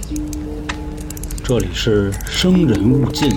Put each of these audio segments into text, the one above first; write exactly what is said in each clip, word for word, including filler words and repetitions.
这里是生人勿近。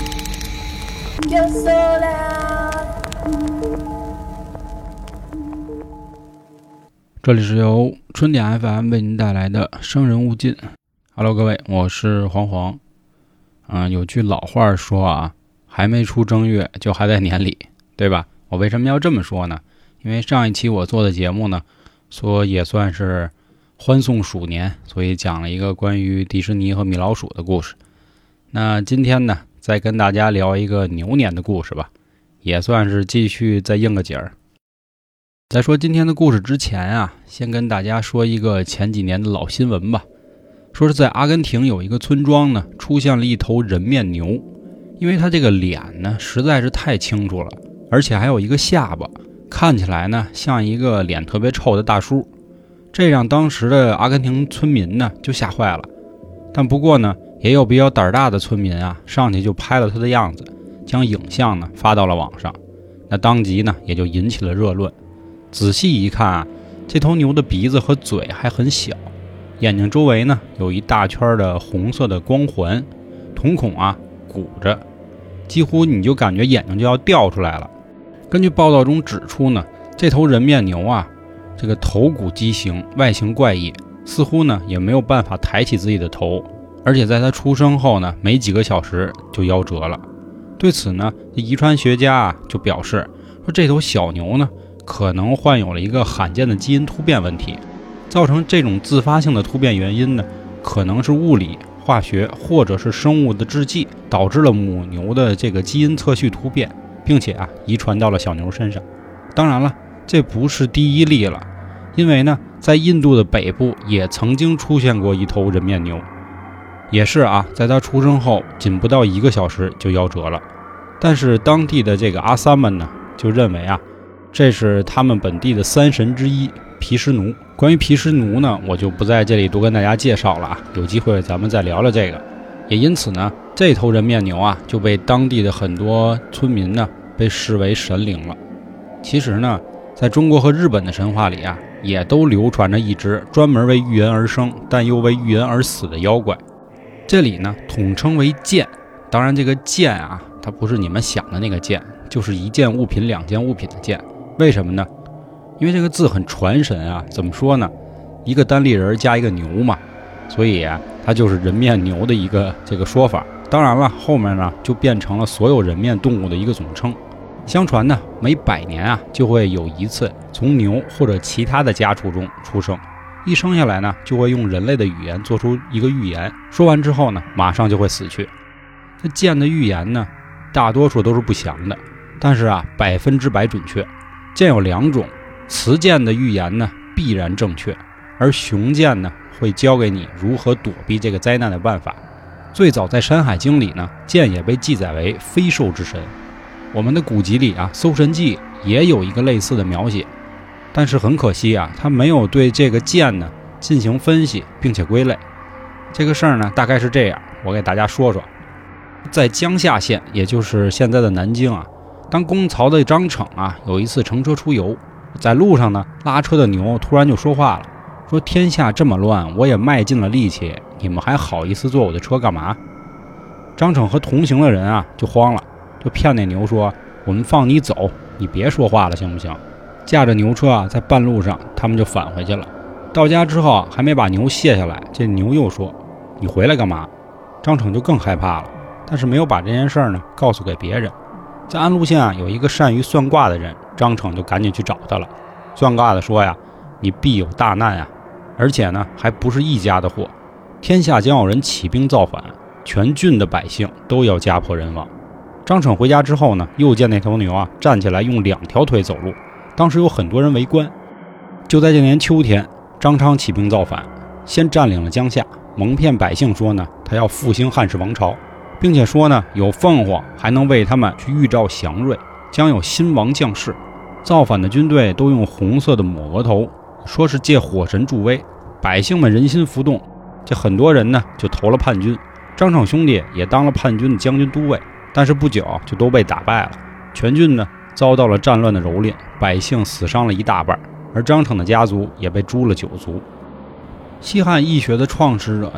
这里是由春点 F M 为您带来的生人勿近。Hello， 各位，我是黄黄。嗯，有句老话说啊，还没出正月就还在年里，对吧？我为什么要这么说呢？因为上一期我做的节目呢，说也算是欢送鼠年，所以讲了一个关于迪士尼和米老鼠的故事。那今天呢，再跟大家聊一个牛年的故事吧，也算是继续再应个景儿。在说今天的故事之前啊，先跟大家说一个前几年的老新闻吧。说是在阿根廷有一个村庄呢，出现了一头人面牛，因为它这个脸呢实在是太清楚了，而且还有一个下巴，看起来呢像一个脸特别臭的大叔，这让当时的阿根廷村民呢就吓坏了。但不过呢，也有比较胆大的村民啊，上去就拍了他的样子，将影像呢发到了网上，那当即呢也就引起了热论。仔细一看啊，这头牛的鼻子和嘴还很小，眼睛周围呢有一大圈的红色的光环，瞳孔啊鼓着，几乎你就感觉眼睛就要掉出来了。根据报道中指出呢，这头人面牛啊，这个头骨畸形，外形怪异，似乎呢也没有办法抬起自己的头，而且在它出生后呢，没几个小时就夭折了。对此呢，遗传学家啊就表示说，这头小牛呢可能患有了一个罕见的基因突变问题。造成这种自发性的突变原因呢，可能是物理、化学或者是生物的制剂导致了母牛的这个基因测序突变，并且啊遗传到了小牛身上。当然了，这不是第一例了，因为呢，在印度的北部也曾经出现过一头人面牛，也是啊，在它出生后仅不到一个小时就夭折了。但是当地的这个阿三们呢，就认为啊，这是他们本地的三神之一毗湿奴。关于毗湿奴呢，我就不在这里多跟大家介绍了啊，有机会咱们再聊聊这个。也因此呢，这头人面牛啊，就被当地的很多村民呢被视为神灵了。其实呢，在中国和日本的神话里啊，也都流传着一只专门为预言而生，但又为预言而死的妖怪。这里呢，统称为剑。当然，这个剑啊，它不是你们想的那个剑，就是一件物品、两件物品的剑。为什么呢？因为这个字很传神啊，怎么说呢？一个单立人加一个牛嘛，所以啊，它就是人面牛的一个这个说法。当然了，后面呢就变成了所有人面动物的一个总称。相传呢，每百年啊就会有一次从牛或者其他的家畜中出生，一生下来呢就会用人类的语言做出一个预言，说完之后呢，马上就会死去。这剑的预言呢，大多数都是不详的，但是啊，百分之百准确。剑有两种。雌剑的预言呢必然正确，而雄剑呢会教给你如何躲避这个灾难的办法。最早在《山海经》里呢，剑也被记载为飞兽之神。我们的古籍里啊，《搜神记》也有一个类似的描写，但是很可惜啊，他没有对这个剑呢进行分析并且归类。这个事儿呢大概是这样，我给大家说说。在江夏县，也就是现在的南京啊，当公曹的张骋啊有一次乘车出游，在路上呢，拉车的牛突然就说话了，说天下这么乱，我也卖尽了力气，你们还好意思坐我的车干嘛？张骋和同行的人啊就慌了，就骗那牛说，我们放你走，你别说话了行不行？驾着牛车啊，在半路上他们就返回去了。到家之后还没把牛卸下来，这牛又说，你回来干嘛？张骋就更害怕了，但是没有把这件事呢告诉给别人。在安陆县啊，有一个善于算卦的人，张骋就赶紧去找他了。算卦的说呀，你必有大难呀，而且呢还不是一家的祸，天下将有人起兵造反，全郡的百姓都要家破人亡。张骋回家之后呢，又见那头牛啊站起来用两条腿走路，当时有很多人围观。就在这年秋天，张昌起兵造反，先占领了江夏，蒙骗百姓说呢，他要复兴汉室王朝，并且说呢，有凤凰还能为他们去预兆祥瑞，将有新王降世。造反的军队都用红色的抹额头，说是借火神助威。百姓们人心浮动，这很多人呢就投了叛军。张骋兄弟也当了叛军的将军都尉，但是不久就都被打败了。全郡呢遭到了战乱的蹂躏，百姓死伤了一大半，而张骋的家族也被诛了九族。西汉易学的创始者呢，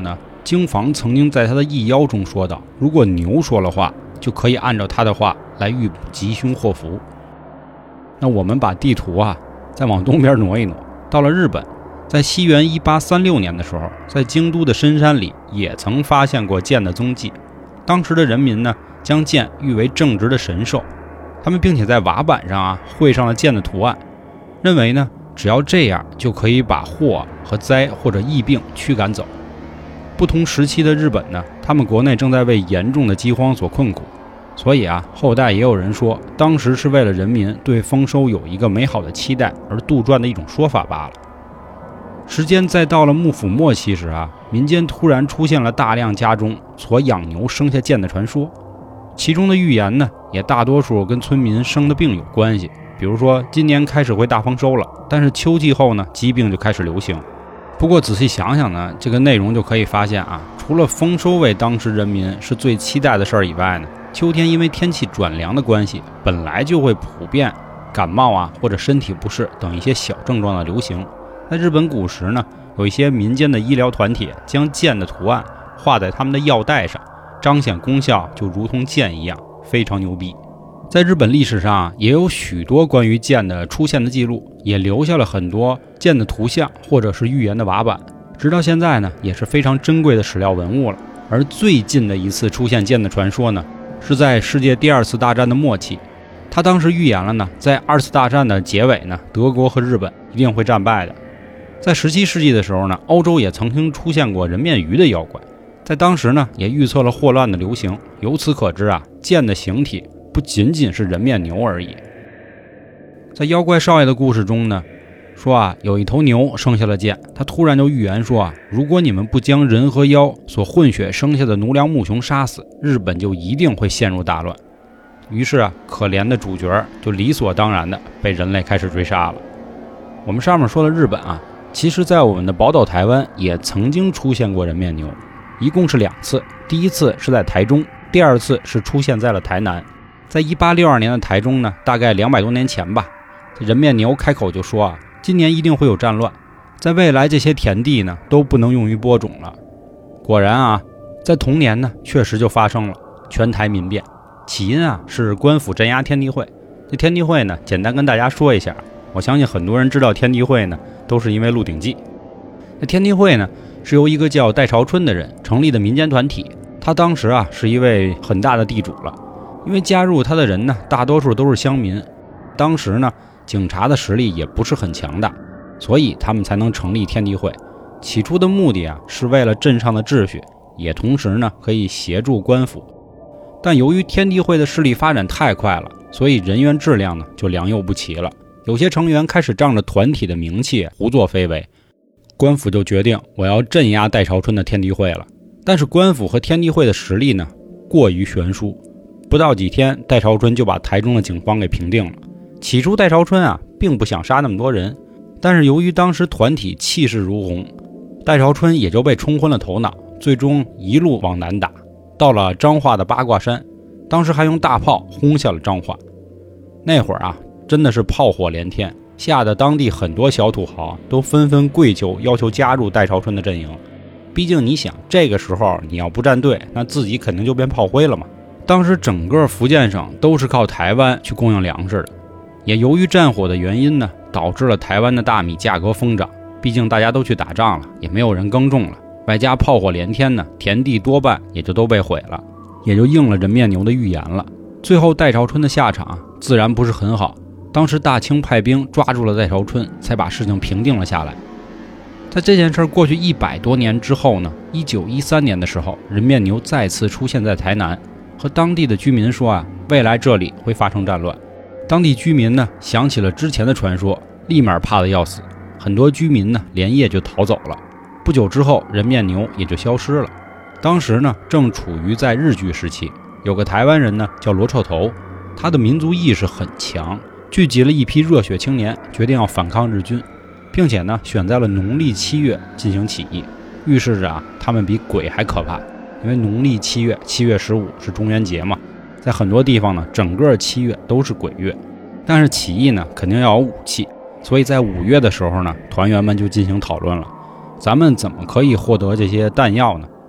经房曾经在他的义邀中说道，如果牛说了话，就可以按照他的话来预卜吉凶祸福。那我们把地图啊再往东边挪一挪，到了日本，在西元一八三六年的时候，在京都的深山里也曾发现过剑的踪迹。当时的人民呢，将剑誉为正直的神兽，他们并且在瓦板上啊绘上了剑的图案，认为呢，只要这样就可以把祸和灾或者疫病驱赶走。不同时期的日本呢，他们国内正在为严重的饥荒所困苦，所以啊，后代也有人说，当时是为了人民对丰收有一个美好的期待而杜撰的一种说法罢了。时间再到了幕府末期时啊，民间突然出现了大量家中所养牛生下剑的传说，其中的预言呢，也大多数跟村民生的病有关系。比如说，今年开始会大丰收了，但是秋季后呢，疾病就开始流行。不过仔细想想呢，这个内容就可以发现啊，除了丰收为当时人民是最期待的事儿以外呢，秋天因为天气转凉的关系，本来就会普遍感冒啊或者身体不适等一些小症状的流行。在日本古时呢，有一些民间的医疗团体将剑的图案画在他们的药带上，彰显功效就如同剑一样，非常牛逼。在日本历史上也有许多关于剑的出现的记录，也留下了很多剑的图像或者是预言的瓦板，直到现在呢，也是非常珍贵的史料文物了。而最近的一次出现剑的传说呢，是在世界第二次大战的末期，他当时预言了呢，在二次大战的结尾呢，德国和日本一定会战败的。在十七世纪的时候呢，欧洲也曾经出现过人面鱼的妖怪，在当时呢，也预测了霍乱的流行。由此可知啊，剑的形体不仅仅是人面牛而已。在妖怪少爷的故事中呢，说啊，有一头牛生下了剑，他突然就预言说啊，如果你们不将人和妖所混血生下的奴良木熊杀死，日本就一定会陷入大乱。于是啊，可怜的主角就理所当然的被人类开始追杀了。我们上面说的日本啊，其实在我们的宝岛台湾也曾经出现过人面牛，一共是两次，第一次是在台中，第二次是出现在了台南。在一八六二年的台中呢，大概两百多年前吧，人面牛开口就说啊，今年一定会有战乱，在未来这些田地呢都不能用于播种了。果然啊，在同年呢确实就发生了全台民变，起因啊是官府镇压天地会。这天地会呢，简单跟大家说一下，我相信很多人知道天地会呢都是因为《鹿鼎记》。这天地会呢是由一个叫戴朝春的人成立的民间团体，他当时啊是一位很大的地主了。因为加入他的人呢，大多数都是乡民，当时呢，警察的实力也不是很强大，所以他们才能成立天地会。起初的目的啊，是为了镇上的秩序，也同时呢，可以协助官府。但由于天地会的势力发展太快了，所以人员质量呢就良莠不齐了。有些成员开始仗着团体的名气胡作非为，官府就决定我要镇压戴朝春的天地会了。但是官府和天地会的实力呢，过于悬殊。不到几天，戴朝春就把台中的警方给平定了。起初戴朝春啊并不想杀那么多人，但是由于当时团体气势如虹，戴朝春也就被冲昏了头脑，最终一路往南打，到了彰化的八卦山，当时还用大炮轰下了彰化。那会儿啊真的是炮火连天，吓得当地很多小土豪都纷纷跪求，要求加入戴朝春的阵营。毕竟你想，这个时候你要不站队，那自己肯定就变炮灰了嘛。当时整个福建省都是靠台湾去供应粮食的，也由于战火的原因呢，导致了台湾的大米价格疯涨。毕竟大家都去打仗了，也没有人耕种了，外加炮火连天呢，田地多半也就都被毁了，也就应了人面牛的预言了。最后戴朝春的下场自然不是很好，当时大清派兵抓住了戴朝春，才把事情平定了下来。在这件事过去一百多年之后呢，一九一三年的时候，人面牛再次出现在台南，和当地的居民说啊，未来这里会发生战乱。当地居民呢想起了之前的传说，立马怕得要死，很多居民呢连夜就逃走了。不久之后，人面牛也就消失了。当时呢正处于在日据时期，有个台湾人呢叫罗臭头，他的民族意识很强，聚集了一批热血青年，决定要反抗日军，并且呢选在了农历七月进行起义，预示着啊他们比鬼还可怕。因为农历七月七月十五是中元节嘛，在很多地方呢整个七月都是鬼月。但是起义呢肯定要有武器，所以在五月的时候呢，团员们就进行讨论了，咱们怎么可以获得这些弹药呢？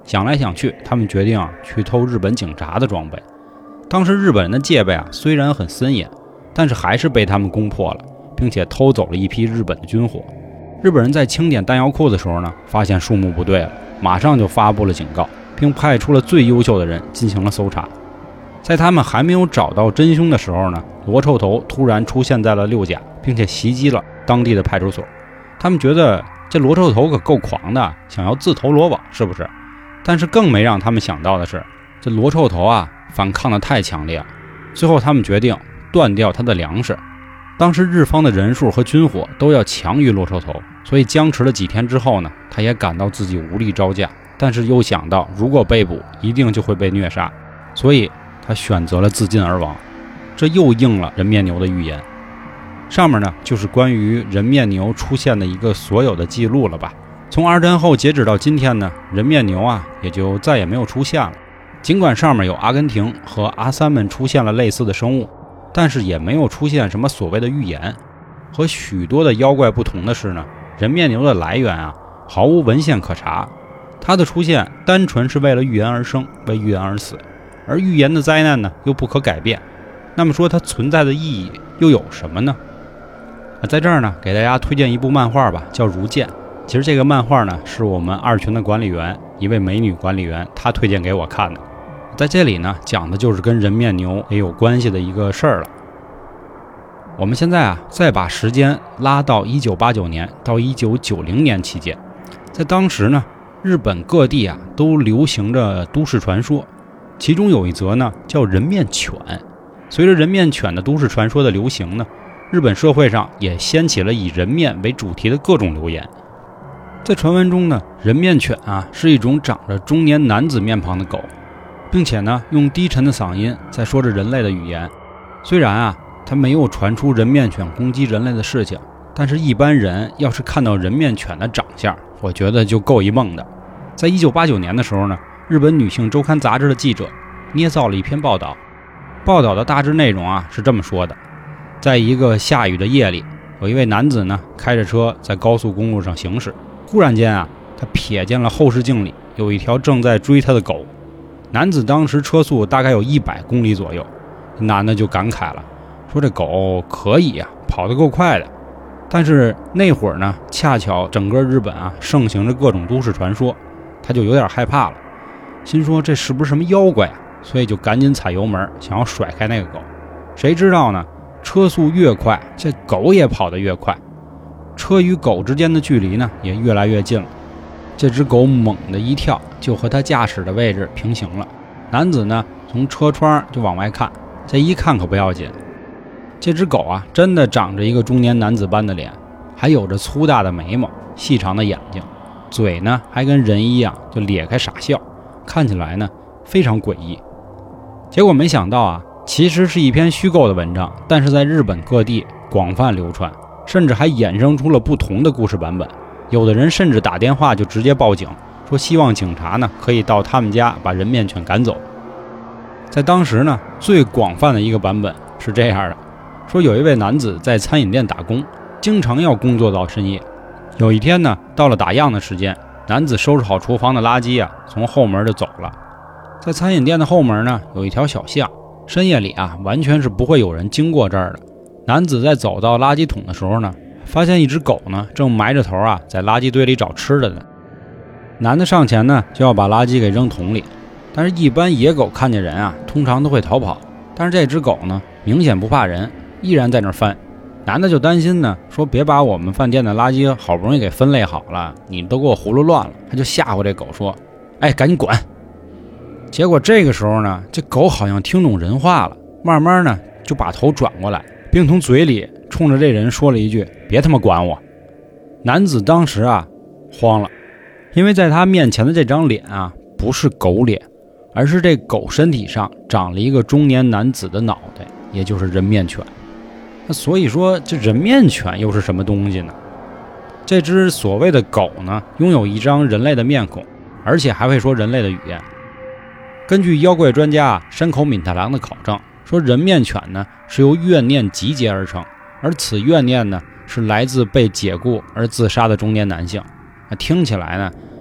想来想去，他们决定啊去偷日本警察的装备。当时日本人的戒备啊虽然很森严，但是还是被他们攻破了，并且偷走了一批日本的军火。日本人在清点弹药库的时候呢，发现数目不对了，马上就发布了警告，并派出了最优秀的人进行了搜查。在他们还没有找到真凶的时候呢，罗臭头突然出现在了六甲，并且袭击了当地的派出所。他们觉得这罗臭头可够狂的，想要自投罗网，是不是？但是更没让他们想到的是，这罗臭头啊反抗的太强烈了。最后他们决定断掉他的粮食。当时日方的人数和军火都要强于罗臭头，所以僵持了几天之后呢，他也感到自己无力招架，但是又想到如果被捕一定就会被虐杀，所以他选择了自尽而亡。这又应了人面牛的预言。上面呢就是关于人面牛出现的一个所有的记录了吧。从二战后截止到今天呢，人面牛啊也就再也没有出现了。尽管上面有阿根廷和阿三们出现了类似的生物，但是也没有出现什么所谓的预言。和许多的妖怪不同的是呢，人面牛的来源啊毫无文献可查，它的出现单纯是为了预言而生，为预言而死，而预言的灾难呢又不可改变。那么说它存在的意义又有什么呢？在这儿呢给大家推荐一部漫画吧，叫《如剑》。其实这个漫画呢是我们二群的管理员，一位美女管理员，她推荐给我看的。在这里呢讲的就是跟人面牛也有关系的一个事儿了。我们现在啊再把时间拉到一九八九年到一九九零年期间，在当时呢日本各地啊都流行着都市传说，其中有一则呢叫人面犬。随着人面犬的都市传说的流行呢，日本社会上也掀起了以人面为主题的各种流言。在传闻中呢，人面犬啊是一种长着中年男子面庞的狗，并且呢用低沉的嗓音在说着人类的语言。虽然啊它没有传出人面犬攻击人类的事情，但是一般人要是看到人面犬的长相，我觉得就够一梦的。在一九八九年的时候呢，日本女性周刊杂志的记者捏造了一篇报道。报道的大致内容啊是这么说的：在一个下雨的夜里，有一位男子呢开着车在高速公路上行驶，忽然间啊他瞥见了后视镜里有一条正在追他的狗。男子当时车速大概有一百公里左右，男的就感慨了，说这狗可以啊，跑得够快的。但是那会儿呢恰巧整个日本啊盛行着各种都市传说，他就有点害怕了，心说这是不是什么妖怪啊，所以就赶紧踩油门想要甩开那个狗。谁知道呢车速越快，这狗也跑得越快，车与狗之间的距离呢也越来越近了。这只狗猛地一跳，就和他驾驶的位置平行了。男子呢从车窗就往外看，这一看可不要紧，这只狗啊真的长着一个中年男子般的脸，还有着粗大的眉毛，细长的眼睛，嘴呢还跟人一样就咧开傻笑，看起来呢非常诡异。结果没想到啊，其实是一篇虚构的文章，但是在日本各地广泛流传，甚至还衍生出了不同的故事版本。有的人甚至打电话就直接报警，说希望警察呢可以到他们家把人面犬赶走。在当时呢，最广泛的一个版本是这样的，说有一位男子在餐饮店打工，经常要工作到深夜。有一天呢，到了打烊的时间，男子收拾好厨房的垃圾啊，从后门就走了。在餐饮店的后门呢，有一条小巷，深夜里啊，完全是不会有人经过这儿的。男子在走到垃圾桶的时候呢，发现一只狗呢正埋着头啊在垃圾堆里找吃的呢。男的上前呢就要把垃圾给扔桶里，但是一般野狗看见人啊通常都会逃跑，但是这只狗呢明显不怕人，依然在那儿翻。男的就担心呢，说别把我们饭店的垃圾好不容易给分类好了，你都给我胡噜乱了。他就吓唬这狗说，哎，赶紧滚。结果这个时候呢，这狗好像听懂人话了，慢慢呢就把头转过来，并从嘴里冲着这人说了一句，别他妈管我。男子当时啊慌了，因为在他面前的这张脸啊不是狗脸，而是这狗身体上长了一个中年男子的脑袋，也就是人面犬。那所以说这人面犬又是什么东西呢？这只所谓的狗呢，拥有一张人类的面孔，而且还会说人类的语言。根据妖怪专家山口敏太郎的考证，说人面犬呢是由怨念集结而成，而此怨念呢是来自被解雇而自杀的中年男性。那听起来呢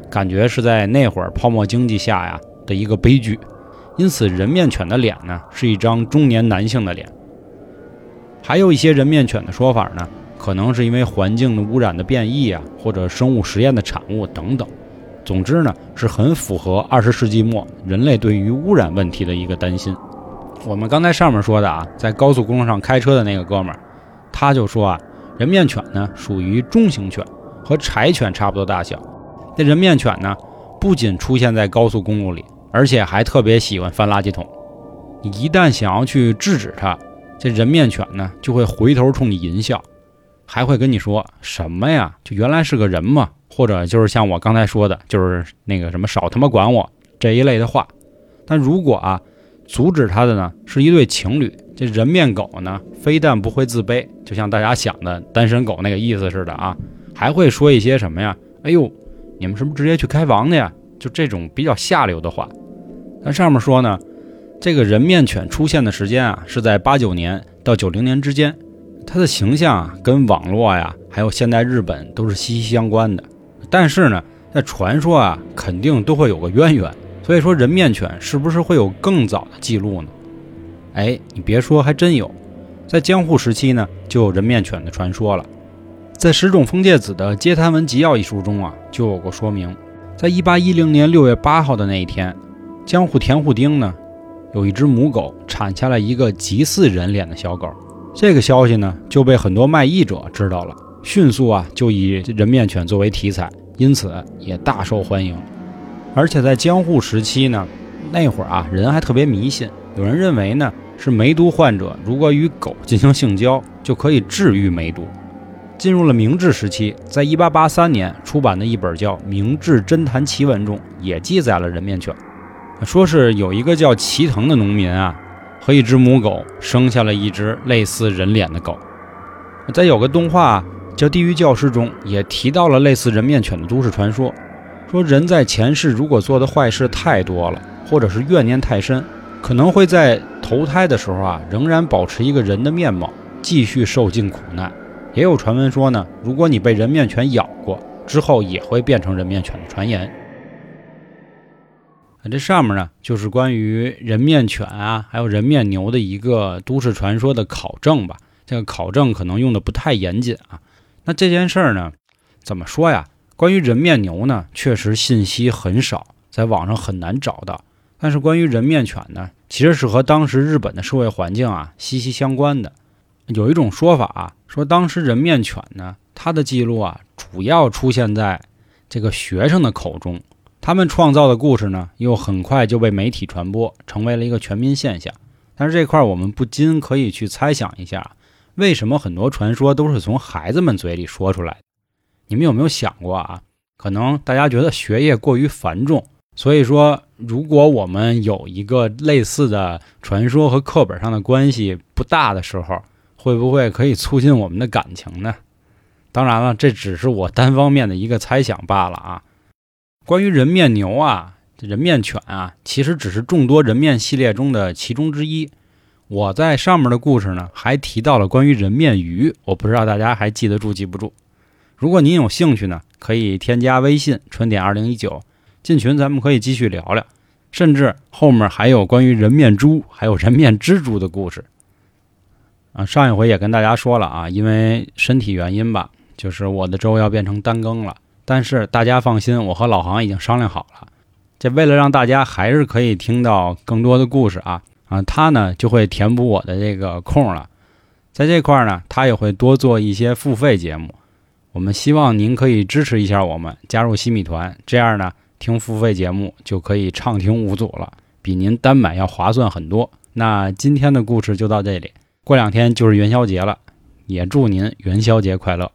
感觉是在那会儿泡沫经济下呀的一个悲剧。因此人面犬的脸呢是一张中年男性的脸。还有一些人面犬的说法呢，可能是因为环境的污染的变异啊，或者生物实验的产物等等。总之呢，是很符合二十世纪末人类对于污染问题的一个担心。我们刚才上面说的啊，在高速公路上开车的那个哥们儿，他就说啊，人面犬呢属于中型犬，和柴犬差不多大小。这人面犬呢，不仅出现在高速公路里，而且还特别喜欢翻垃圾桶。你一旦想要去制止它，这人面犬呢就会回头冲你淫笑，还会跟你说什么呀，就原来是个人嘛，或者就是像我刚才说的，就是那个什么少他妈管我这一类的话。但如果啊阻止他的呢是一对情侣，这人面狗呢非但不会自卑，就像大家想的单身狗那个意思似的啊，还会说一些什么呀，哎呦你们是不是直接去开房的呀，就这种比较下流的话。但上面说呢，这个人面犬出现的时间啊是在八九年到九零年之间，它的形象啊跟网络呀还有现代日本都是息息相关的。但是呢在传说啊肯定都会有个渊源，所以说人面犬是不是会有更早的记录呢？哎，你别说还真有。在江户时期呢就有人面犬的传说了。在石冢丰介子的《街谈文集要》一书中啊就有过说明。在一八一零年六月八号的那一天，江户田户町呢有一只母狗产下了一个极似人脸的小狗。这个消息呢就被很多卖艺者知道了，迅速啊就以人面犬作为题材，因此也大受欢迎。而且在江户时期呢，那会儿啊人还特别迷信，有人认为呢是梅毒患者如果与狗进行性交就可以治愈梅毒。进入了明治时期，在一八八三年出版的一本叫《明治侦谈奇闻》中也记载了人面犬，说是有一个叫齐藤的农民啊和一只母狗生下了一只类似人脸的狗。在有个动画叫《地狱教师》中也提到了类似人面犬的都市传说，说人在前世如果做的坏事太多了，或者是怨念太深，可能会在投胎的时候啊仍然保持一个人的面貌，继续受尽苦难。也有传闻说呢，如果你被人面犬咬过之后也会变成人面犬的传言。这上面呢就是关于人面犬啊还有人面牛的一个都市传说的考证吧。这个考证可能用的不太严谨啊。那这件事儿呢怎么说呀，关于人面牛呢确实信息很少，在网上很难找到。但是关于人面犬呢，其实是和当时日本的社会环境啊息息相关的。有一种说法啊，说当时人面犬呢它的记录啊主要出现在这个学生的口中，他们创造的故事呢又很快就被媒体传播，成为了一个全民现象。但是这块我们不禁可以去猜想一下，为什么很多传说都是从孩子们嘴里说出来的？你们有没有想过啊，可能大家觉得学业过于繁重，所以说如果我们有一个类似的传说和课本上的关系不大的时候，会不会可以促进我们的感情呢？当然了，这只是我单方面的一个猜想罢了啊。关于人面牛啊人面犬啊，其实只是众多人面系列中的其中之一。我在上面的故事呢还提到了关于人面鱼，我不知道大家还记得住记不住。如果您有兴趣呢，可以添加微信春点二零一九进群，咱们可以继续聊聊，甚至后面还有关于人面猪还有人面蜘蛛的故事啊。上一回也跟大家说了啊，因为身体原因吧，就是我的周要变成单更了，但是大家放心，我和老航已经商量好了，这为了让大家还是可以听到更多的故事啊啊，他呢就会填补我的这个空了。在这块呢，他也会多做一些付费节目。我们希望您可以支持一下我们，加入西米团，这样呢听付费节目就可以畅听无阻了，比您单买要划算很多。那今天的故事就到这里，过两天就是元宵节了，也祝您元宵节快乐。